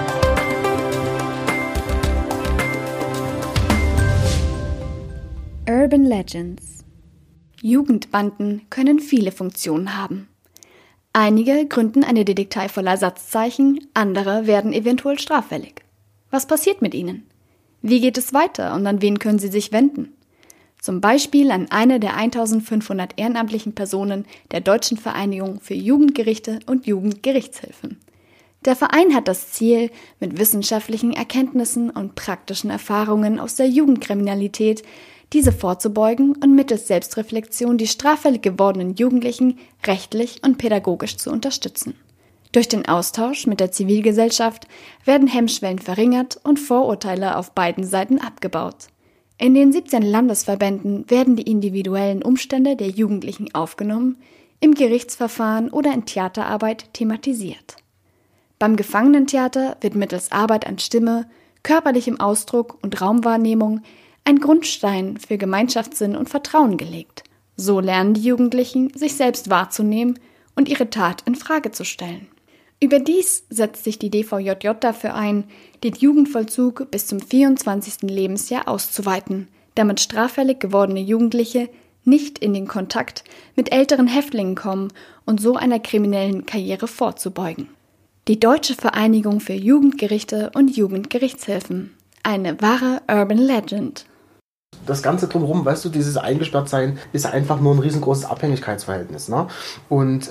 Speaker 1: Urban Legends. Jugendbanden können viele Funktionen haben. Einige gründen eine Detektei voller Satzzeichen, andere werden eventuell straffällig. Was passiert mit ihnen? Wie geht es weiter und an wen können sie sich wenden? Zum Beispiel an eine der 1500 ehrenamtlichen Personen der Deutschen Vereinigung für Jugendgerichte und Jugendgerichtshilfen. Der Verein hat das Ziel, mit wissenschaftlichen Erkenntnissen und praktischen Erfahrungen aus der Jugendkriminalität diese vorzubeugen und mittels Selbstreflexion die straffällig gewordenen Jugendlichen rechtlich und pädagogisch zu unterstützen. Durch den Austausch mit der Zivilgesellschaft werden Hemmschwellen verringert und Vorurteile auf beiden Seiten abgebaut. In den 17 Landesverbänden werden die individuellen Umstände der Jugendlichen aufgenommen, im Gerichtsverfahren oder in Theaterarbeit thematisiert. Beim Gefangenentheater wird mittels Arbeit an Stimme, körperlichem Ausdruck und Raumwahrnehmung ein Grundstein für Gemeinschaftssinn und Vertrauen gelegt. So lernen die Jugendlichen, sich selbst wahrzunehmen und ihre Tat in Frage zu stellen. Überdies setzt sich die DVJJ dafür ein, den Jugendvollzug bis zum 24. Lebensjahr auszuweiten, damit straffällig gewordene Jugendliche nicht in den Kontakt mit älteren Häftlingen kommen und so einer kriminellen Karriere vorzubeugen. Die Deutsche Vereinigung für Jugendgerichte und Jugendgerichtshilfen. Eine wahre Urban Legend.
Speaker 3: Das Ganze drumherum, weißt du, dieses Eingesperrtsein ist einfach nur ein riesengroßes Abhängigkeitsverhältnis. Ne? Und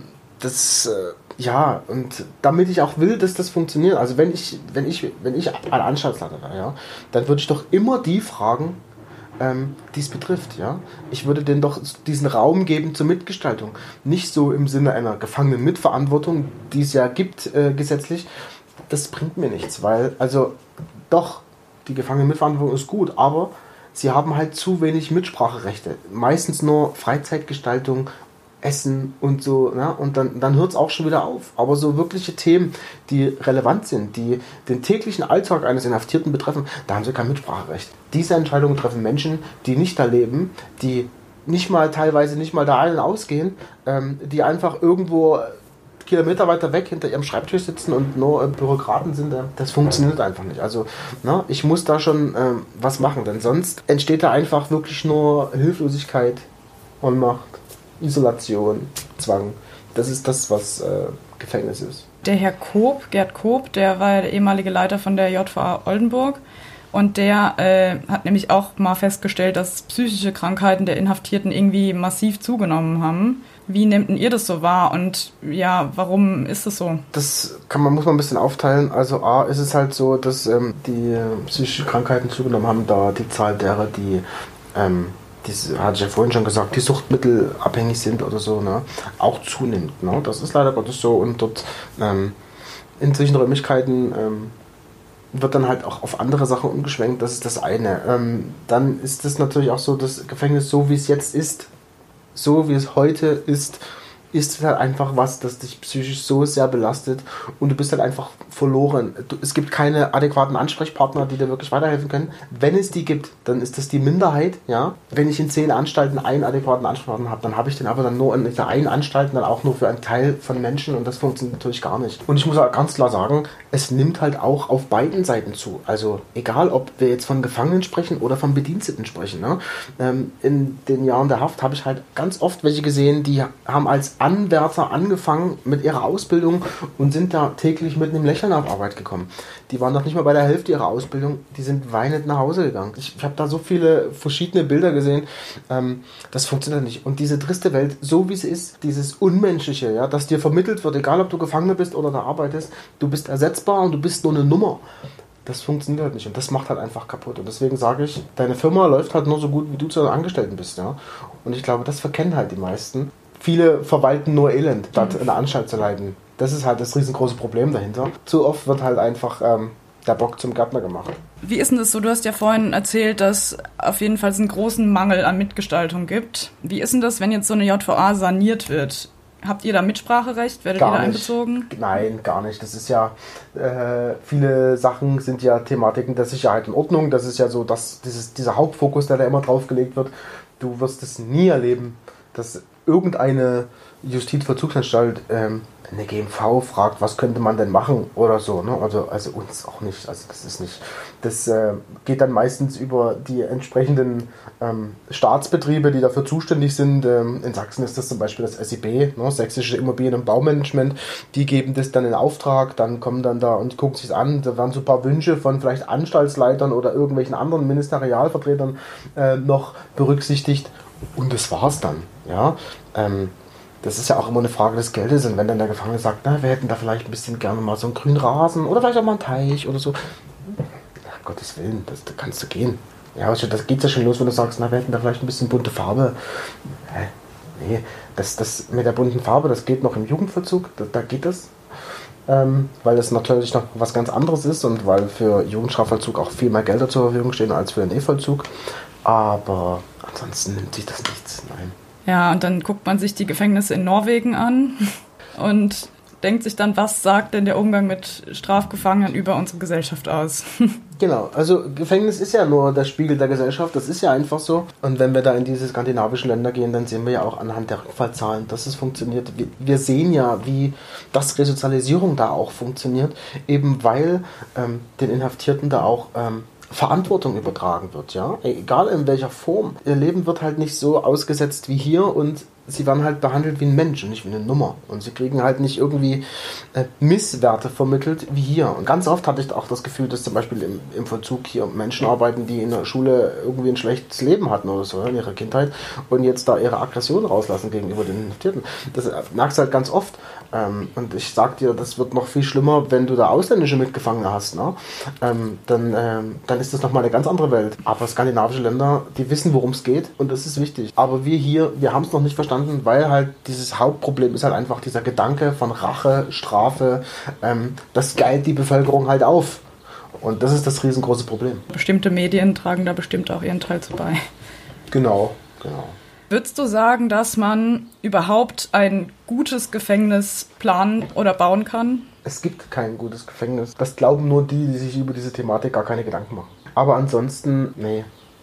Speaker 3: und damit ich auch will, dass das funktioniert, also wenn ich ein Anstaltsleiter wäre, ja, dann würde ich doch immer die fragen, die es betrifft. Ja? Ich würde denen doch diesen Raum geben zur Mitgestaltung. Nicht so im Sinne einer Gefangenen-Mitverantwortung, die es ja gibt gesetzlich. Das bringt mir nichts, weil, also doch, die Gefangenen-Mitverantwortung ist gut, aber sie haben halt zu wenig Mitspracherechte. Meistens nur Freizeitgestaltung, Essen und so, ne? Und dann hört es auch schon wieder auf. Aber so wirkliche Themen, die relevant sind, die den täglichen Alltag eines Inhaftierten betreffen, da haben sie kein Mitspracherecht. Diese Entscheidungen treffen Menschen, die nicht da leben, die teilweise nicht mal da ein- und ausgehen, die einfach irgendwo Kilometer weiter weg hinter ihrem Schreibtisch sitzen und nur Bürokraten sind, das funktioniert einfach nicht. Also ich muss da schon was machen, denn sonst entsteht da einfach wirklich nur Hilflosigkeit, Ohnmacht, Isolation, Zwang. Das ist das, was Gefängnis ist.
Speaker 2: Der Herr Gerd Koop, der war ja der ehemalige Leiter von der JVA Oldenburg und der hat nämlich auch mal festgestellt, dass psychische Krankheiten der Inhaftierten irgendwie massiv zugenommen haben. Wie nehmt ihr das so wahr und ja, warum ist das so?
Speaker 3: Das muss man ein bisschen aufteilen. Also A, ist es halt so, dass die psychischen Krankheiten zugenommen haben, da die Zahl derer, die hatte ich ja vorhin schon gesagt, die suchtmittelabhängig sind oder so, ne, auch zunimmt. Ne? Das ist leider Gottes so und dort in solchen Räumlichkeiten wird dann halt auch auf andere Sachen umgeschwenkt. Das ist das eine. Dann ist es natürlich auch so, das Gefängnis, so wie es jetzt ist, so wie es heute ist es halt einfach was, das dich psychisch so sehr belastet und du bist halt einfach verloren. Es gibt keine adäquaten Ansprechpartner, die dir wirklich weiterhelfen können. Wenn es die gibt, dann ist das die Minderheit. Ja? Wenn ich in 10 Anstalten einen adäquaten Ansprechpartner habe, dann habe ich den aber dann nur in dieser einen Anstalt, dann auch nur für einen Teil von Menschen und das funktioniert natürlich gar nicht. Und ich muss auch ganz klar sagen, es nimmt halt auch auf beiden Seiten zu. Also egal, ob wir jetzt von Gefangenen sprechen oder von Bediensteten sprechen. Ne? In den Jahren der Haft habe ich halt ganz oft welche gesehen, die haben als Anwärter angefangen mit ihrer Ausbildung und sind da täglich mit einem Lächeln auf Arbeit gekommen. Die waren noch nicht mal bei der Hälfte ihrer Ausbildung, die sind weinend nach Hause gegangen. Ich habe da so viele verschiedene Bilder gesehen, das funktioniert nicht. Und diese triste Welt, so wie sie ist, dieses Unmenschliche, ja, das dir vermittelt wird, egal ob du Gefangener bist oder da arbeitest, du bist ersetzbar und du bist nur eine Nummer. Das funktioniert halt nicht und das macht halt einfach kaputt. Und deswegen sage ich, deine Firma läuft halt nur so gut, wie du zu den Angestellten bist. Ja? Und ich glaube, das verkennen halt die meisten. Viele verwalten nur Elend, statt in der Anstalt zu leiden. Das ist halt das riesengroße Problem dahinter. Zu oft wird halt einfach der Bock zum Gärtner gemacht.
Speaker 2: Wie ist denn das so? Du hast ja vorhin erzählt, dass auf jeden Fall es einen großen Mangel an Mitgestaltung gibt. Wie ist denn das, wenn jetzt so eine JVA saniert wird? Habt ihr da Mitspracherecht? Werdet ihr da einbezogen?
Speaker 3: Nein, gar nicht. Das ist ja, viele Sachen sind ja Thematiken der Sicherheit und Ordnung. Das ist ja so, dass dieser Hauptfokus, der da immer drauf gelegt wird, du wirst es nie erleben, dass irgendeine Justizvollzugsanstalt eine GMV fragt, was könnte man denn machen oder so. Ne? Also uns auch nicht. Also das ist nicht. Das geht dann meistens über die entsprechenden Staatsbetriebe, die dafür zuständig sind. In Sachsen ist das zum Beispiel das SIB, ne? Sächsische Immobilien- und Baumanagement. Die geben das dann in Auftrag, dann kommen dann da und gucken sich es an. Da werden so ein paar Wünsche von vielleicht Anstaltsleitern oder irgendwelchen anderen Ministerialvertretern noch berücksichtigt. Und das war's dann. Ja. Das ist ja auch immer eine Frage des Geldes. Und wenn dann der Gefangene sagt, na, wir hätten da vielleicht ein bisschen gerne mal so einen grünen Rasen oder vielleicht auch mal einen Teich oder so. Ach, Gottes Willen, da kannst du gehen. Ja, das geht ja schon los, wenn du sagst, na, wir hätten da vielleicht ein bisschen bunte Farbe. Nee, das mit der bunten Farbe, das geht noch im Jugendvollzug, da geht das. Weil das natürlich noch was ganz anderes ist und weil für Jugendstrafvollzug auch viel mehr Gelder zur Verfügung stehen als für den E-Vollzug. Aber ansonsten nimmt sich das nichts, nein.
Speaker 2: Ja, und dann guckt man sich die Gefängnisse in Norwegen an und denkt sich dann, was sagt denn der Umgang mit Strafgefangenen über unsere Gesellschaft aus?
Speaker 3: Genau, also Gefängnis ist ja nur der Spiegel der Gesellschaft, das ist ja einfach so. Und wenn wir da in diese skandinavischen Länder gehen, dann sehen wir ja auch anhand der Rückfallzahlen, dass es funktioniert. Wir sehen ja, wie das Resozialisierung da auch funktioniert, eben weil den Inhaftierten da auch Verantwortung übertragen wird, ja, egal in welcher Form. Ihr Leben wird halt nicht so ausgesetzt wie hier und sie werden halt behandelt wie ein Mensch und nicht wie eine Nummer. Und sie kriegen halt nicht irgendwie Misswerte vermittelt wie hier. Und ganz oft hatte ich auch das Gefühl, dass zum Beispiel im Vollzug hier Menschen arbeiten, die in der Schule irgendwie ein schlechtes Leben hatten oder so in ihrer Kindheit und jetzt da ihre Aggression rauslassen gegenüber den Inhaftierten. Das merkst du halt ganz oft. Und ich sag dir, das wird noch viel schlimmer, wenn du da ausländische Mitgefangene hast. Ne? Dann ist das nochmal eine ganz andere Welt. Aber skandinavische Länder, die wissen, worum es geht und das ist wichtig. Aber wir hier, wir haben es noch nicht verstanden, weil halt dieses Hauptproblem ist halt einfach dieser Gedanke von Rache, Strafe. Das geilt die Bevölkerung halt auf. Und das ist das riesengroße Problem.
Speaker 2: Bestimmte Medien tragen da bestimmt auch ihren Teil zu bei.
Speaker 3: Genau.
Speaker 2: Würdest du sagen, dass man überhaupt ein gutes Gefängnis planen oder bauen kann?
Speaker 3: Es gibt kein gutes Gefängnis. Das glauben nur die sich über diese Thematik gar keine Gedanken machen. Aber ansonsten, nee.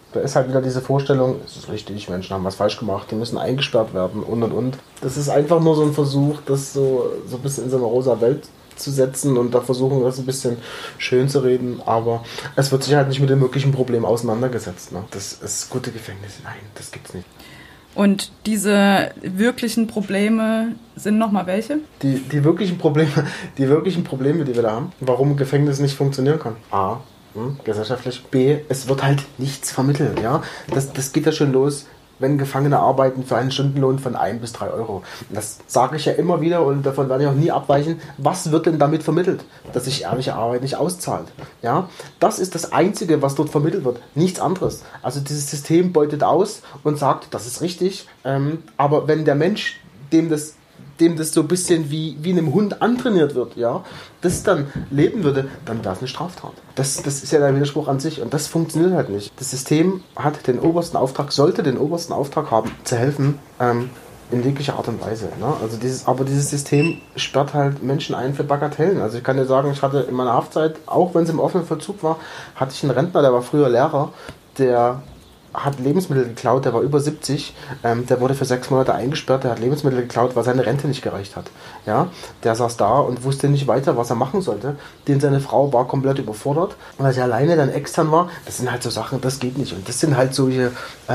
Speaker 3: Da ist halt wieder diese Vorstellung, es ist richtig, Menschen haben was falsch gemacht, die müssen eingesperrt werden und. Das ist einfach nur so ein Versuch, das so ein bisschen in so eine rosa Welt zu setzen und da versuchen, das ein bisschen schön zu reden, aber es wird sich halt nicht mit dem wirklichen Problem auseinandergesetzt. Ne? Das ist gute Gefängnisse. Nein, das gibt's nicht.
Speaker 2: Und diese wirklichen Probleme sind nochmal welche?
Speaker 3: Die wirklichen Probleme, die wir da haben, warum Gefängnis nicht funktionieren kann. A, gesellschaftlich. B, es wird halt nichts vermittelt. Ja? Das geht ja schon los, wenn Gefangene arbeiten für einen Stundenlohn von 1 bis 3 Euro. Das sage ich ja immer wieder und davon werde ich auch nie abweichen. Was wird denn damit vermittelt? Dass sich ehrliche Arbeit nicht auszahlt. Ja? Das ist das Einzige, was dort vermittelt wird. Nichts anderes. Also dieses System beutet aus und sagt, das ist richtig. Aber wenn der Mensch, dem das so ein bisschen wie einem Hund antrainiert wird, ja, das dann leben würde, dann wäre es eine Straftat. Das ist ja der Widerspruch an sich und das funktioniert halt nicht. Das System hat den obersten Auftrag, sollte den obersten Auftrag haben, zu helfen, in jeglicher Art und Weise. Ne? Also dieses System sperrt halt Menschen ein für Bagatellen. Also ich kann dir sagen, ich hatte in meiner Haftzeit, auch wenn es im offenen Vollzug war, hatte ich einen Rentner, der war früher Lehrer, der hat Lebensmittel geklaut, der war über 70, der wurde für 6 Monate eingesperrt, der hat Lebensmittel geklaut, weil seine Rente nicht gereicht hat. Ja? Der saß da und wusste nicht weiter, was er machen sollte. Seine Frau war komplett überfordert, weil sie alleine dann extern war. Das sind halt so Sachen, das geht nicht. Und das sind halt solche,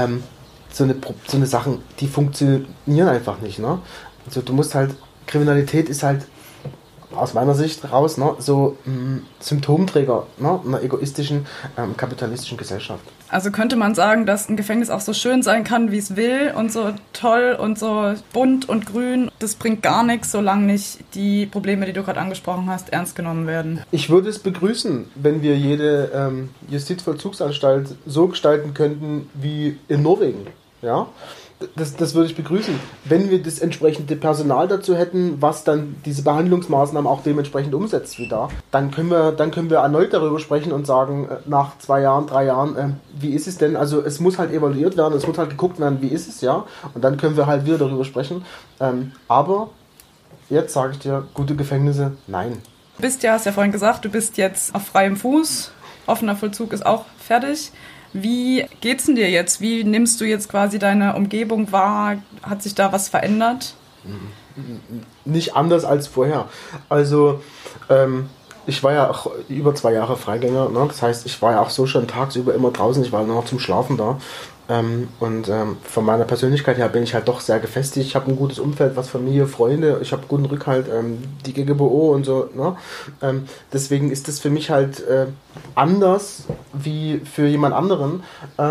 Speaker 3: so eine Sachen, die funktionieren einfach nicht. Ne? Also du musst halt, Kriminalität ist halt aus meiner Sicht raus, ne, so Symptomträger, ne, einer egoistischen, kapitalistischen Gesellschaft.
Speaker 2: Also könnte man sagen, dass ein Gefängnis auch so schön sein kann, wie es will und so toll und so bunt und grün. Das bringt gar nichts, solange nicht die Probleme, die du gerade angesprochen hast, ernst genommen werden.
Speaker 3: Ich würde es begrüßen, wenn wir jede Justizvollzugsanstalt so gestalten könnten wie in Norwegen. Ja? Das würde ich begrüßen. Wenn wir das entsprechende Personal dazu hätten, was dann diese Behandlungsmaßnahmen auch dementsprechend umsetzt wie da, dann können wir erneut darüber sprechen und sagen, nach 2 Jahren, 3 Jahren, wie ist es denn? Also es muss halt evaluiert werden, es muss halt geguckt werden, wie ist es, ja? Und dann können wir halt wieder darüber sprechen. Aber jetzt sage ich dir, gute Gefängnisse, nein.
Speaker 2: Hast ja vorhin gesagt, du bist jetzt auf freiem Fuß, offener Vollzug ist auch fertig. Wie geht's denn dir jetzt? Wie nimmst du jetzt quasi deine Umgebung wahr? Hat sich da was verändert?
Speaker 3: Nicht anders als vorher. Also ich war ja auch über 2 Jahre Freigänger. Ne? Das heißt, ich war ja auch so schon tagsüber immer draußen. Ich war nur noch zum Schlafen da. Von meiner Persönlichkeit her bin ich halt doch sehr gefestigt. Ich habe ein gutes Umfeld, was Familie, Freunde, ich habe guten Rückhalt, die GGBO und so. Ne? Deswegen ist das für mich halt anders wie für jemand anderen.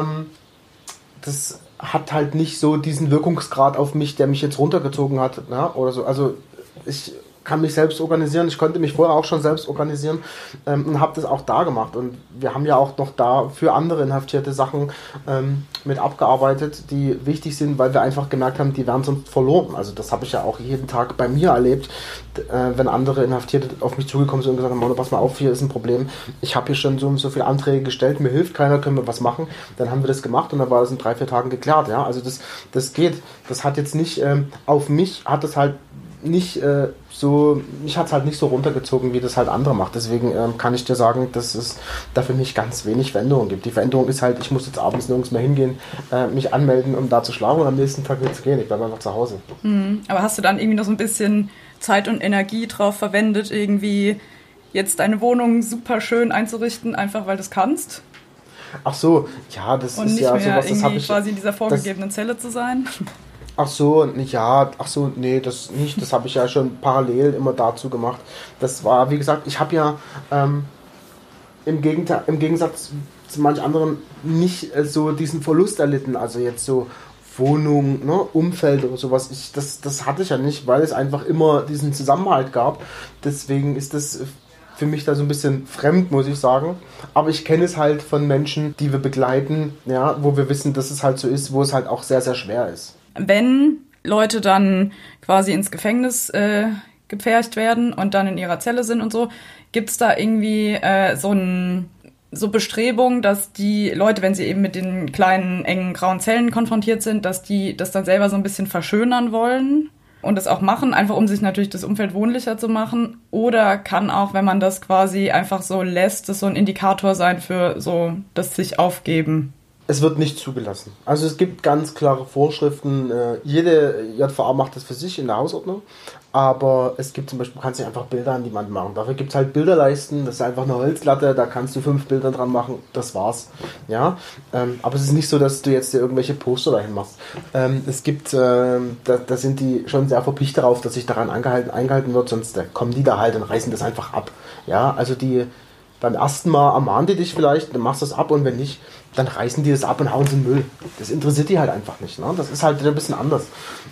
Speaker 3: Das hat halt nicht so diesen Wirkungsgrad auf mich, der mich jetzt runtergezogen hat, ne? Oder so. Also ich kann mich selbst organisieren. Ich konnte mich vorher auch schon selbst organisieren und habe das auch da gemacht. Und wir haben ja auch noch da für andere Inhaftierte Sachen mit abgearbeitet, die wichtig sind, weil wir einfach gemerkt haben, die werden sonst verloren. Also das habe ich ja auch jeden Tag bei mir erlebt, wenn andere Inhaftierte auf mich zugekommen sind und gesagt haben, Manu, pass mal auf, hier ist ein Problem. Ich habe hier schon so viele Anträge gestellt, mir hilft keiner, können wir was machen. Dann haben wir das gemacht und dann war das in 3-4 Tagen geklärt. Ja? Also das geht. Das hat jetzt nicht auf mich, hat das halt nicht mich hat es halt nicht so runtergezogen, wie das halt andere macht. Deswegen kann ich dir sagen, dass es da für mich ganz wenig Veränderung gibt. Die Veränderung ist halt, ich muss jetzt abends nirgends mehr hingehen, mich anmelden, um da zu schlafen und am nächsten Tag nicht zu gehen. Ich bleibe einfach zu Hause.
Speaker 2: Aber hast du dann irgendwie noch so ein bisschen Zeit und Energie drauf verwendet, irgendwie jetzt deine Wohnung super schön einzurichten, einfach weil du es kannst?
Speaker 3: Ach so, ja, das
Speaker 2: und
Speaker 3: ist ja sowas,
Speaker 2: das habe ich quasi in dieser vorgegebenen Zelle zu sein.
Speaker 3: Ach so, nee, das nicht. Das habe ich ja schon parallel immer dazu gemacht. Das war, wie gesagt, ich habe ja im Gegensatz zu manch anderen nicht so diesen Verlust erlitten. Also jetzt so Wohnung, ne, Umfeld oder sowas. Das hatte ich ja nicht, weil es einfach immer diesen Zusammenhalt gab. Deswegen ist das für mich da so ein bisschen fremd, muss ich sagen. Aber ich kenne es halt von Menschen, die wir begleiten, ja, wo wir wissen, dass es halt so ist, wo es halt auch sehr, sehr schwer ist.
Speaker 2: Wenn Leute dann quasi ins Gefängnis gepfercht werden und dann in ihrer Zelle sind und so, gibt es da irgendwie so Bestrebungen, dass die Leute, wenn sie eben mit den kleinen, engen, grauen Zellen konfrontiert sind, dass die das dann selber so ein bisschen verschönern wollen und das auch machen, einfach um sich natürlich das Umfeld wohnlicher zu machen? Oder kann auch, wenn man das quasi einfach so lässt, das so ein Indikator sein für so das sich aufgeben?
Speaker 3: Es wird nicht zugelassen. Also es gibt ganz klare Vorschriften. Jede JVA macht das für sich in der Hausordnung. Aber es gibt zum Beispiel, du kannst nicht einfach Bilder an die Wand machen. Dafür gibt es halt Bilderleisten. Das ist einfach eine Holzlatte. Da kannst du 5 Bilder dran machen. Das war's. Ja? Aber es ist nicht so, dass du jetzt dir irgendwelche Poster dahin machst. Es gibt, da sind die schon sehr verpicht darauf, dass sich daran eingehalten wird. Sonst kommen die da halt und reißen das einfach ab. Ja, also beim ersten Mal ermahnen die dich vielleicht, dann machst du es ab und wenn nicht, dann reißen die das ab und hauen es in den Müll. Das interessiert die halt einfach nicht. Ne? Das ist halt wieder ein bisschen anders.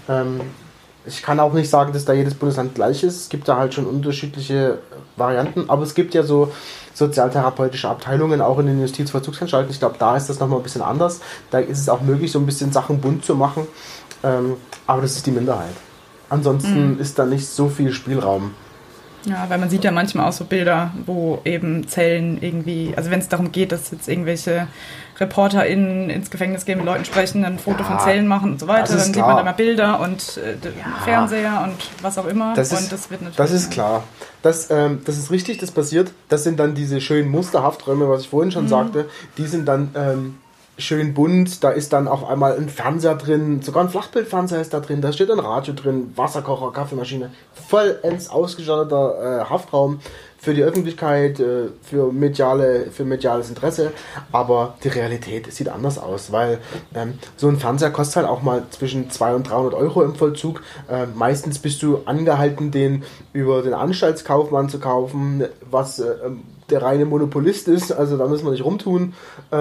Speaker 3: Ich kann auch nicht sagen, dass da jedes Bundesland gleich ist. Es gibt da halt schon unterschiedliche Varianten, aber es gibt ja so sozialtherapeutische Abteilungen auch in den Justizvollzugsanstalten. Ich glaube, da ist das nochmal ein bisschen anders. Da ist es auch möglich, so ein bisschen Sachen bunt zu machen, aber das ist die Minderheit. Ansonsten ist da nicht so viel Spielraum.
Speaker 2: Ja, weil man sieht ja manchmal auch so Bilder, wo eben Zellen irgendwie, also wenn es darum geht, dass jetzt irgendwelche ReporterInnen ins Gefängnis gehen, mit Leuten sprechen, ein Foto von Zellen machen und so weiter, dann sieht man da mal Bilder und Fernseher und was auch immer. Das wird natürlich. Das ist klar.
Speaker 3: Das ist richtig, das passiert. Das sind dann diese schönen Musterhafträume, was ich vorhin schon sagte, die sind dann schön bunt, da ist dann auf einmal ein Fernseher drin, sogar ein Flachbildfernseher ist da drin, da steht ein Radio drin, Wasserkocher, Kaffeemaschine, vollends ausgestatteter Haftraum für die Öffentlichkeit, für mediales Interesse, aber die Realität sieht anders aus, weil so ein Fernseher kostet halt auch mal zwischen 200 und 300 Euro im Vollzug. Meistens bist du angehalten, den über den Anstaltskaufmann zu kaufen, was der reine Monopolist ist, also da müssen wir nicht rumtun.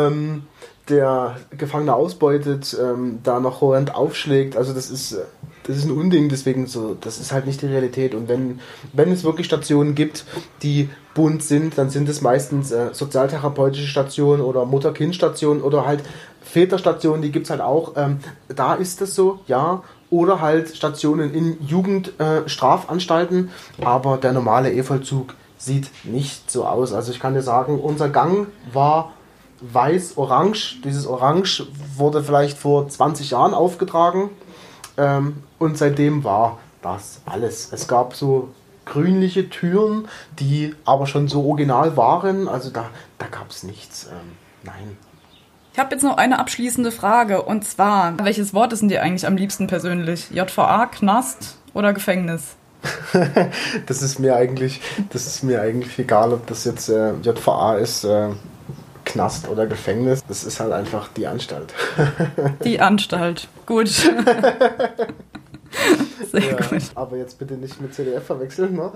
Speaker 3: Der Gefangene ausbeutet, da noch horrend aufschlägt, also das ist ein Unding, deswegen so, das ist halt nicht die Realität. Und wenn es wirklich Stationen gibt, die bunt sind, dann sind es meistens sozialtherapeutische Stationen oder Mutter-Kind-Stationen oder halt Väterstationen, die gibt es halt auch. Da ist es so, ja. Oder halt Stationen in Jugendstrafanstalten, aber der normale E-Vollzug sieht nicht so aus. Also ich kann dir sagen, unser Gang war weiß-orange. Dieses Orange wurde vielleicht vor 20 Jahren aufgetragen und seitdem war das alles. Es gab so grünliche Türen, die aber schon so original waren. Also da gab es nichts. Nein.
Speaker 2: Ich habe jetzt noch eine abschließende Frage und zwar, welches Wort ist denn dir eigentlich am liebsten persönlich? JVA, Knast oder Gefängnis?
Speaker 3: Das ist mir eigentlich egal, ob das jetzt JVA ist, Knast oder Gefängnis. Das ist halt einfach die Anstalt.
Speaker 2: Die Anstalt, gut. Sehr gut.
Speaker 3: Aber jetzt bitte nicht mit CDF verwechseln, ne?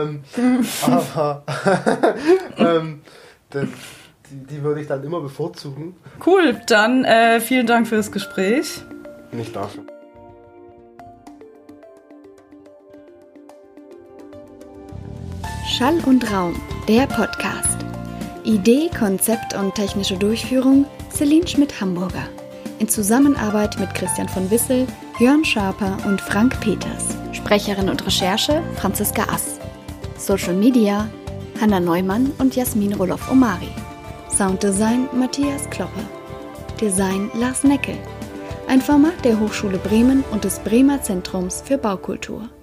Speaker 3: Die würde ich dann immer bevorzugen.
Speaker 2: Cool, dann vielen Dank fürs Gespräch.
Speaker 3: Nicht dafür.
Speaker 1: Schall und Raum, der Podcast. Idee, Konzept und technische Durchführung Celine Schmidt-Hamburger. In Zusammenarbeit mit Christian von Wissel, Jörn Schaper und Frank Peters. Sprecherin und Recherche Franziska Ass. Social Media Hanna Neumann und Jasmin Roloff-Omari. Sounddesign Matthias Kloppe. Design Lars Neckel. Ein Format der Hochschule Bremen und des Bremer Zentrums für Baukultur.